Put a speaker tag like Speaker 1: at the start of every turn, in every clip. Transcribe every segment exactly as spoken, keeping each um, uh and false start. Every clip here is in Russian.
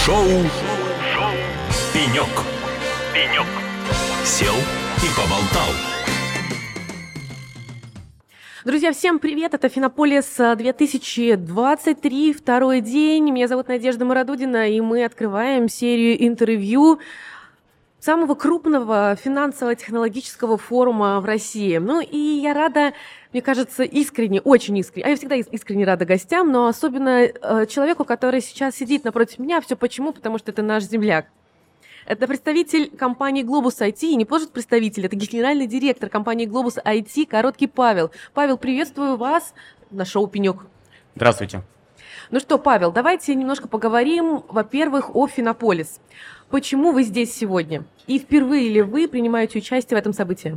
Speaker 1: Шоу Шоу Пенек. Пенек. Сел и поболтал.
Speaker 2: Друзья, всем привет! Это Финополис две тысячи двадцать три, второй день. Меня зовут Надежда Мародудина, и мы открываем серию интервью самого крупного финансово-технологического форума в России. Ну и я рада, мне кажется, искренне, очень искренне, а я всегда искренне рада гостям, но особенно э, человеку, который сейчас сидит напротив меня. Все почему? Потому что это наш земляк. Это представитель компании Globus ай ти, и не просто представитель, это генеральный директор компании Globus ай ти Короткий Павел. Павел, приветствую вас на шоу «Пенек».
Speaker 3: Здравствуйте.
Speaker 2: Ну что, Павел, давайте немножко поговорим, во-первых, о Финополис. Почему вы здесь сегодня? И впервые ли вы принимаете участие в этом событии?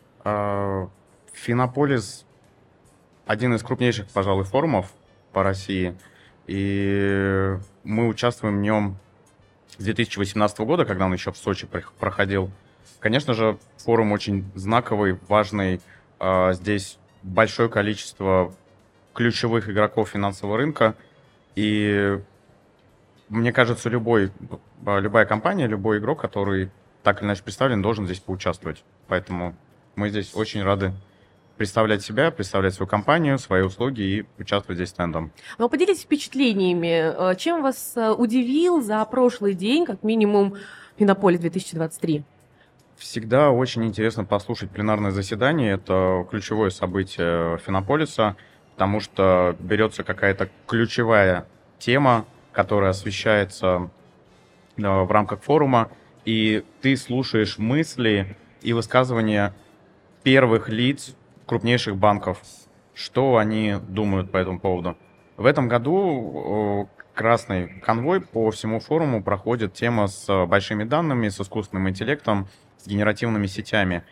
Speaker 3: Финополис – один из крупнейших, пожалуй, форумов по России, и мы участвуем в нем с две тысячи восемнадцатого года, когда он еще в Сочи проходил. Конечно же, форум очень знаковый, важный. Здесь большое количество ключевых игроков финансового рынка, и мне кажется, любой, любая компания, любой игрок, который так или иначе представлен, должен здесь поучаствовать. Поэтому мы здесь очень рады представлять себя, представлять свою компанию, свои услуги и участвовать здесь стендом.
Speaker 2: Ну, поделитесь впечатлениями. Чем вас удивил за прошлый день, как минимум, Финополис две тысячи двадцать три?
Speaker 3: Всегда очень интересно послушать пленарное заседание. Это ключевое событие Финополиса, потому что берется какая-то ключевая тема, которая освещается в рамках форума, и ты слушаешь мысли и высказывания первых лиц крупнейших банков, что они думают по этому поводу. В этом году красный конвой по всему форуму проходит тема с большими данными, с искусственным интеллектом, с генеративными сетями.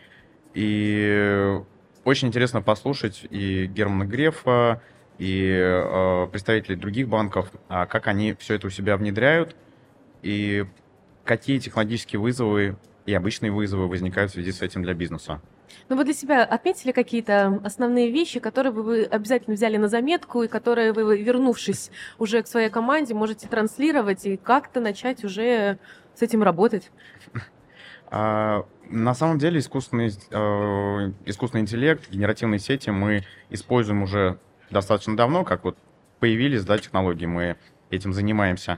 Speaker 3: И очень интересно послушать и Германа Грефа, и э, представителей других банков, а как они все это у себя внедряют, и какие технологические вызовы и обычные вызовы возникают в связи с этим для бизнеса.
Speaker 2: Ну, вы для себя отметили какие-то основные вещи, которые бы вы обязательно взяли на заметку, и которые вы, вернувшись уже к своей команде, можете транслировать и как-то начать уже с этим работать?
Speaker 3: А, на самом деле искусственный, э, искусственный интеллект, генеративные сети мы используем уже достаточно давно, как вот появились, да, технологии, мы этим занимаемся.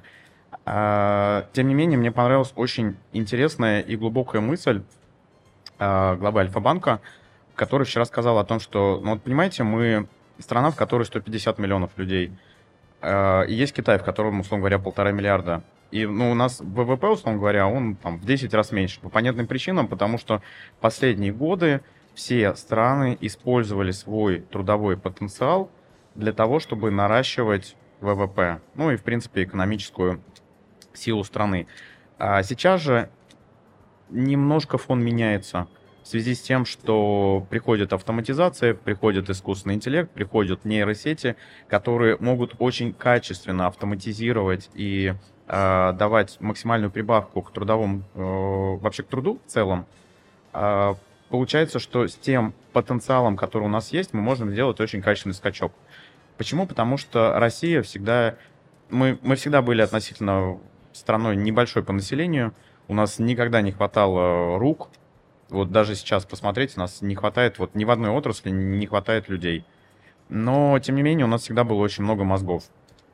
Speaker 3: А, тем не менее, мне понравилась очень интересная и глубокая мысль а, главы Альфа-банка, который вчера сказал о том, что, ну вот понимаете, мы страна, в которой сто пятьдесят миллионов людей, а, и есть Китай, в котором, условно говоря, полтора миллиарда. И ну, у нас ВВП, условно говоря, он там в десять раз меньше. По понятным причинам, потому что последние годы все страны использовали свой трудовой потенциал для того, чтобы наращивать ВВП, ну и, в принципе, экономическую силу страны. А сейчас же немножко фон меняется в связи с тем, что приходит автоматизация, приходит искусственный интеллект, приходят нейросети, которые могут очень качественно автоматизировать и э, давать максимальную прибавку к трудовому, э, вообще к труду в целом. Э, получается, что с тем потенциалом, который у нас есть, мы можем сделать очень качественный скачок. Почему? Потому что Россия всегда... Мы, мы всегда были относительно страной небольшой по населению. У нас никогда не хватало рук. Вот даже сейчас посмотреть, у нас не хватает, вот ни в одной отрасли не хватает людей. Но, тем не менее, у нас всегда было очень много мозгов.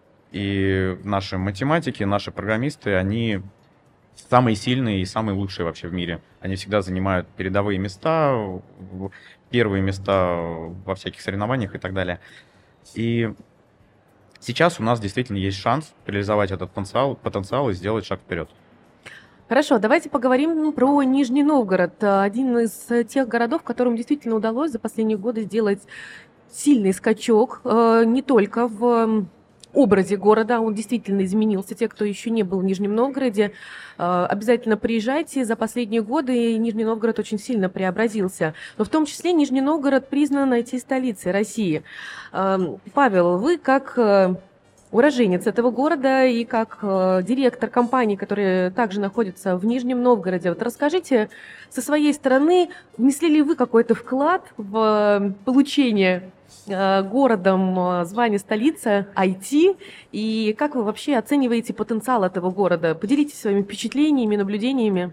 Speaker 3: И наши математики, наши программисты, они самые сильные и самые лучшие вообще в мире. Они всегда занимают передовые места, первые места во всяких соревнованиях и так далее. И сейчас у нас действительно есть шанс реализовать этот потенциал, потенциал и сделать шаг вперед.
Speaker 2: Хорошо, давайте поговорим про Нижний Новгород. Один из тех городов, которым действительно удалось за последние годы сделать сильный скачок, не только в образе города, он действительно изменился. Те, кто еще не был в Нижнем Новгороде, обязательно приезжайте. За последние годы Нижний Новгород очень сильно преобразился. Но в том числе Нижний Новгород признан ай ти-столицей России. Павел, вы как уроженец этого города и как э, директор компании, которая также находится в Нижнем Новгороде. Вот расскажите со своей стороны, внесли ли вы какой-то вклад в получение э, городом э, звание столица ай ти, и как вы вообще оцениваете потенциал этого города? Поделитесь своими впечатлениями, наблюдениями.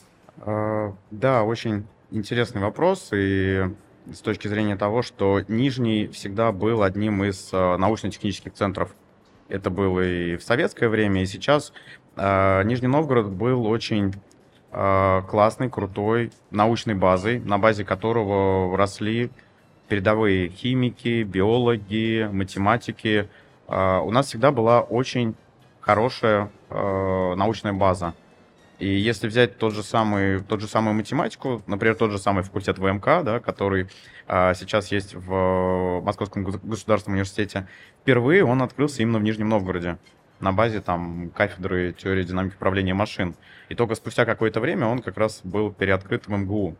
Speaker 3: Э, Да, очень интересный вопрос, и с точки зрения того, что Нижний всегда был одним из э, научно-технических центров. Это было и в советское время, и сейчас. Э, Нижний Новгород был очень э, классной, крутой научной базой, на базе которого росли передовые химики, биологи, математики. Э, У нас всегда была очень хорошая э, научная база. И если взять тот же самый, тот же самую математику, например, тот же самый факультет вэ эм ка, да, который а, сейчас есть в Московском гос- государственном университете, впервые он открылся именно в Нижнем Новгороде на базе там кафедры теории динамики управления машин. И только спустя какое-то время он как раз был переоткрыт в эм гэ у.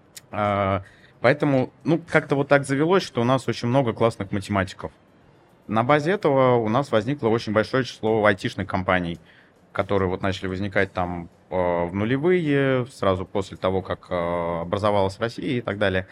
Speaker 3: А, поэтому, ну, как-то вот так завелось, что у нас очень много классных математиков. На базе этого у нас возникло очень большое число айтишных компаний, которые вот начали возникать там э, в нулевые, сразу после того, как э, образовалась Россия и так далее.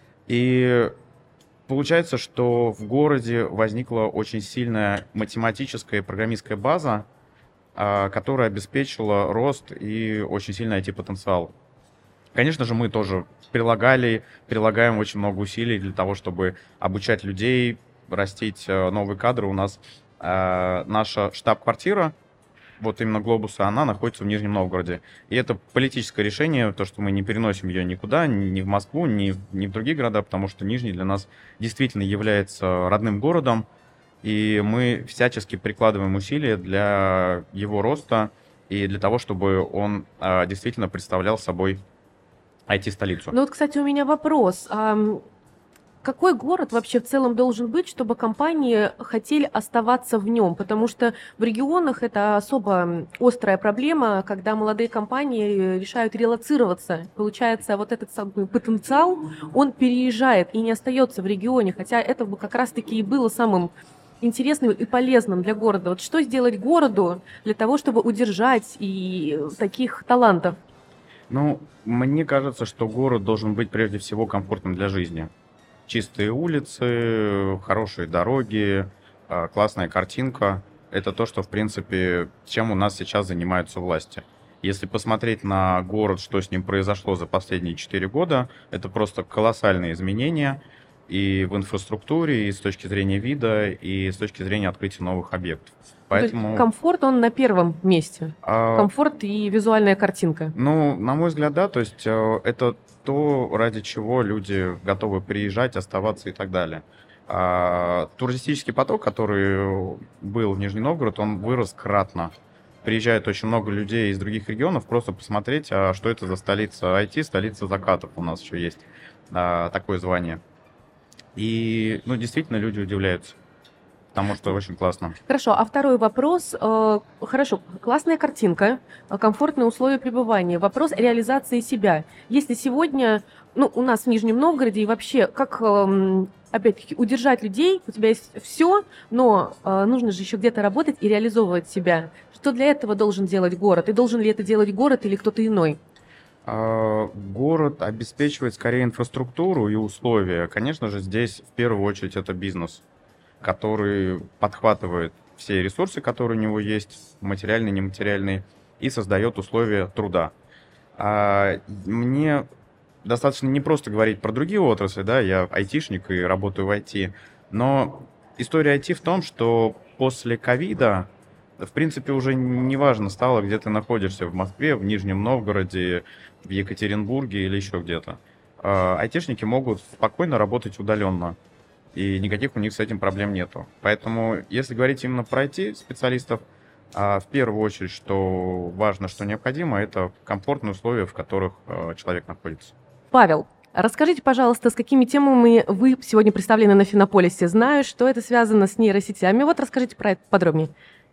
Speaker 3: И получается, что в городе возникла очень сильная математическая и программистская база, э, которая обеспечила рост и очень сильный ай ти-потенциал. Конечно же, мы тоже прилагали, прилагаем очень много усилий для того, чтобы обучать людей, растить э, новые кадры. У нас э, наша штаб-квартира, вот именно Глобуса, она находится в Нижнем Новгороде. И это политическое решение, то, что мы не переносим ее никуда, ни в Москву, ни, ни в другие города, потому что Нижний для нас действительно является родным городом, и мы всячески прикладываем усилия для его роста и для того, чтобы он а, действительно представлял собой ай ти-столицу.
Speaker 2: Ну вот, кстати, у меня вопрос. Ам, Какой город вообще в целом должен быть, чтобы компании хотели оставаться в нем? Потому что в регионах это особо острая проблема, когда молодые компании решают релоцироваться. Получается, вот этот самый потенциал, он переезжает и не остается в регионе, хотя это бы как раз-таки и было самым интересным и полезным для города. Вот что сделать городу для того, чтобы удержать и таких талантов?
Speaker 3: Ну, мне кажется, что город должен быть прежде всего комфортным для жизни. Чистые улицы, хорошие дороги, а, классная картинка. Это то, что, в принципе, чем у нас сейчас занимаются власти. Если посмотреть на город, что с ним произошло за последние четыре года, это просто колоссальные изменения и в инфраструктуре, и с точки зрения вида, и с точки зрения открытия новых объектов.
Speaker 2: То есть
Speaker 3: Поэтому,
Speaker 2: комфорт, он на первом месте.
Speaker 3: а,
Speaker 2: Комфорт и визуальная картинка.
Speaker 3: ну, на мой взгляд, да, то есть э, это то, ради чего люди готовы приезжать, оставаться и так далее. А, туристический поток, который был в Нижний Новгород, он вырос кратно. Приезжает очень много людей из других регионов просто посмотреть, а что это за столица ай ти, столица закатов. У нас еще есть а, такое звание. И, ну, действительно, люди удивляются, потому что очень классно.
Speaker 2: Хорошо, а второй вопрос. э, Хорошо, классная картинка, э, комфортные условия пребывания. Вопрос реализации себя. Если сегодня, ну, у нас в Нижнем Новгороде и вообще, как, эм, опять-таки, удержать людей, у тебя есть все, но э, нужно же еще где-то работать и реализовывать себя. Что для этого должен делать город? И должен ли это делать город или кто-то иной?
Speaker 3: А, Город обеспечивает скорее инфраструктуру и условия. Конечно же, здесь в первую очередь это бизнес, который подхватывает все ресурсы, которые у него есть, материальные, нематериальные, и создает условия труда. А мне достаточно не просто говорить про другие отрасли, да, я айтишник и работаю в ай ти, но история ай ти в том, что после ковида, в принципе, уже не важно стало, где ты находишься, в Москве, в Нижнем Новгороде, в Екатеринбурге или еще где-то. А, Айтишники могут спокойно работать удаленно, и никаких у них с этим проблем нету. Поэтому, если говорить именно про ай ти-специалистов, а, в первую очередь, что важно, что необходимо, это комфортные условия, в которых а, человек находится.
Speaker 2: Павел, расскажите, пожалуйста, с какими темами вы сегодня представлены на Финополисе? Знаю, что это связано с нейросетями. Вот расскажите про это подробнее.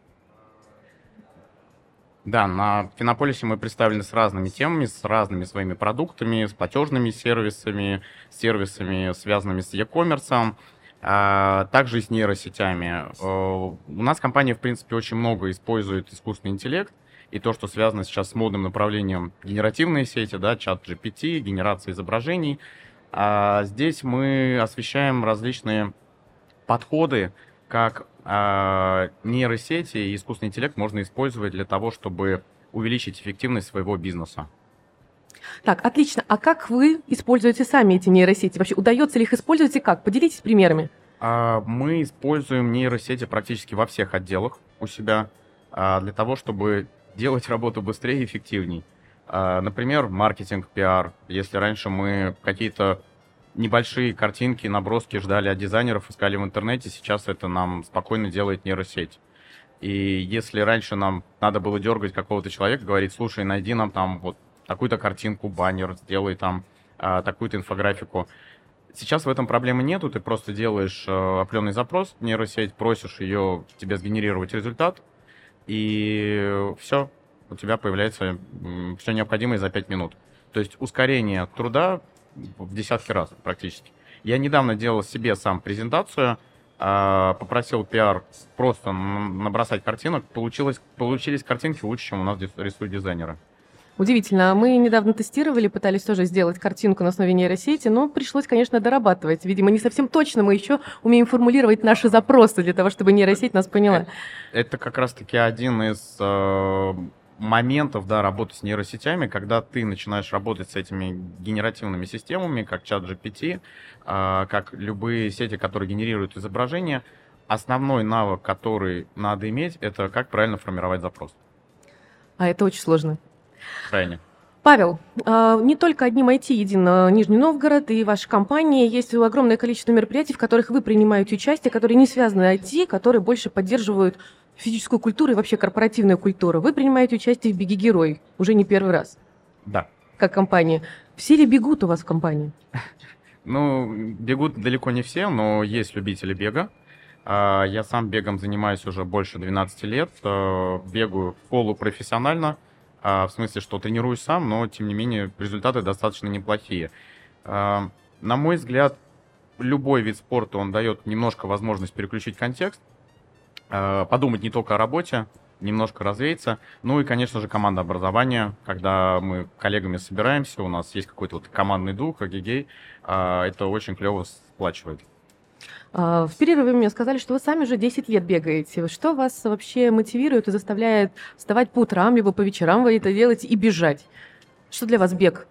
Speaker 3: Да, на Финополисе мы представлены с разными темами, с разными своими продуктами, с платежными сервисами, сервисами, связанными с e-commerce, а также и с нейросетями. У нас компания, в принципе, очень много использует искусственный интеллект, и то, что связано сейчас с модным направлением генеративные сети, да, чат джи пи ти, генерация изображений. А здесь мы освещаем различные подходы, как э, нейросети и искусственный интеллект можно использовать для того, чтобы увеличить эффективность своего бизнеса.
Speaker 2: Так, отлично. А как вы используете сами эти нейросети? Вообще, удается ли их использовать и как? Поделитесь примерами.
Speaker 3: А, Мы используем нейросети практически во всех отделах у себя а, для того, чтобы делать работу быстрее и эффективней. А, Например, маркетинг, пиар. Если раньше мы какие-то небольшие картинки, наброски ждали от дизайнеров, искали в интернете, сейчас это нам спокойно делает нейросеть. И если раньше нам надо было дергать какого-то человека, говорить, слушай, найди нам там вот такую-то картинку, баннер, сделай там а, такую-то инфографику. Сейчас в этом проблемы нету, ты просто делаешь э, определенный запрос в нейросеть, просишь ее тебе сгенерировать результат, и все, у тебя появляется все необходимое за пять минут. То есть ускорение труда в десятки раз практически. Я недавно делал себе сам презентацию, э, попросил пиар просто набросать картинок, получилось, получились картинки лучше, чем у нас рисуют дизайнеры.
Speaker 2: Удивительно. Мы недавно тестировали, пытались тоже сделать картинку на основе нейросети, но пришлось, конечно, дорабатывать. Видимо, не совсем точно мы еще умеем формулировать наши запросы для того, чтобы нейросеть нас поняла.
Speaker 3: Это как раз-таки один из э, моментов, да, работы с нейросетями, когда ты начинаешь работать с этими генеративными системами, как чат джи пи ти, э, как любые сети, которые генерируют изображения. Основной навык, который надо иметь, это как правильно формировать запрос.
Speaker 2: А это очень сложно.
Speaker 3: Крайне.
Speaker 2: Павел, не только одним ай ти един Нижний Новгород и ваша компания, есть огромное количество мероприятий, в которых вы принимаете участие, которые не связаны с ай ти, которые больше поддерживают физическую культуру и вообще корпоративную культуру. Вы принимаете участие в «Беги, герой» уже не первый раз.
Speaker 3: Да.
Speaker 2: Как компания. Все ли бегут у вас в компании?
Speaker 3: Ну, бегут далеко не все, но есть любители бега. Я сам бегом занимаюсь уже больше двенадцати лет, бегаю полупрофессионально. В смысле, что тренируюсь сам, но, тем не менее, результаты достаточно неплохие. На мой взгляд, любой вид спорта, он дает немножко возможность переключить контекст, подумать не только о работе, немножко развеяться. Ну и, конечно же, командообразование, когда мы коллегами собираемся, у нас есть какой-то вот командный дух, эгегей, это очень клево сплачивает.
Speaker 2: В перерыве вы мне сказали, что вы сами уже десять лет бегаете. Что вас вообще мотивирует и заставляет вставать по утрам, либо по вечерам вы это делаете и бежать? Что для вас бег?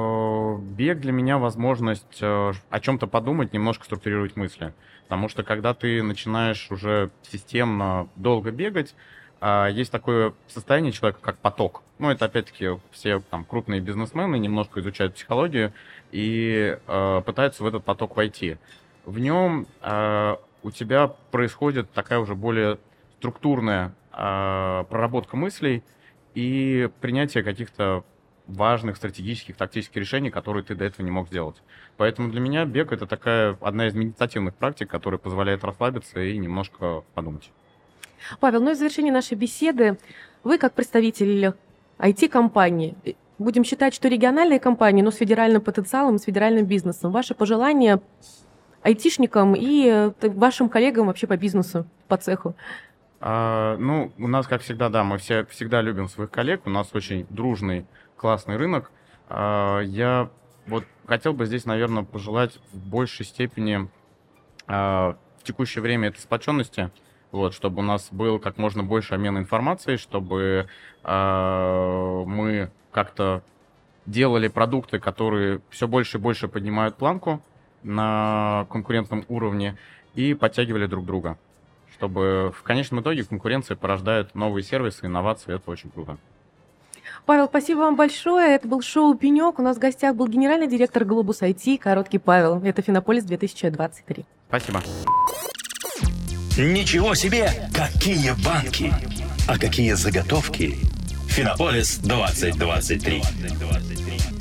Speaker 3: Бег для меня возможность о чем-то подумать, немножко структурировать мысли. Потому что когда ты начинаешь уже системно долго бегать, есть такое состояние человека, как поток. Ну, это опять-таки все там крупные бизнесмены немножко изучают психологию и пытаются в этот поток войти. В нем э, у тебя происходит такая уже более структурная э, проработка мыслей и принятие каких-то важных стратегических, тактических решений, которые ты до этого не мог сделать. Поэтому для меня бег — это такая одна из медитативных практик, которая позволяет расслабиться и немножко подумать.
Speaker 2: Павел, ну и в завершении нашей беседы, вы как представитель ай ти-компании, будем считать, что региональные компании, но с федеральным потенциалом, с федеральным бизнесом, ваши пожелания айтишникам и вашим коллегам вообще по бизнесу, по цеху?
Speaker 3: А, ну, у нас, как всегда, да, мы все всегда любим своих коллег, у нас очень дружный, классный рынок. А, я вот хотел бы здесь, наверное, пожелать в большей степени а, в текущее время этой сплоченности, вот, чтобы у нас был как можно больше обмена информацией, чтобы а, мы как-то делали продукты, которые все больше и больше поднимают планку на конкурентном уровне и подтягивали друг друга, чтобы в конечном итоге конкуренция порождает новые сервисы, инновации. Это очень круто.
Speaker 2: Павел, спасибо вам большое. Это был шоу «Пенек». У нас в гостях был генеральный директор Globus ай ти, короткий Павел. Это Финополис две тысячи двадцать три.
Speaker 3: Спасибо.
Speaker 1: Ничего себе! Какие банки! А какие заготовки? Финополис двадцать двадцать три.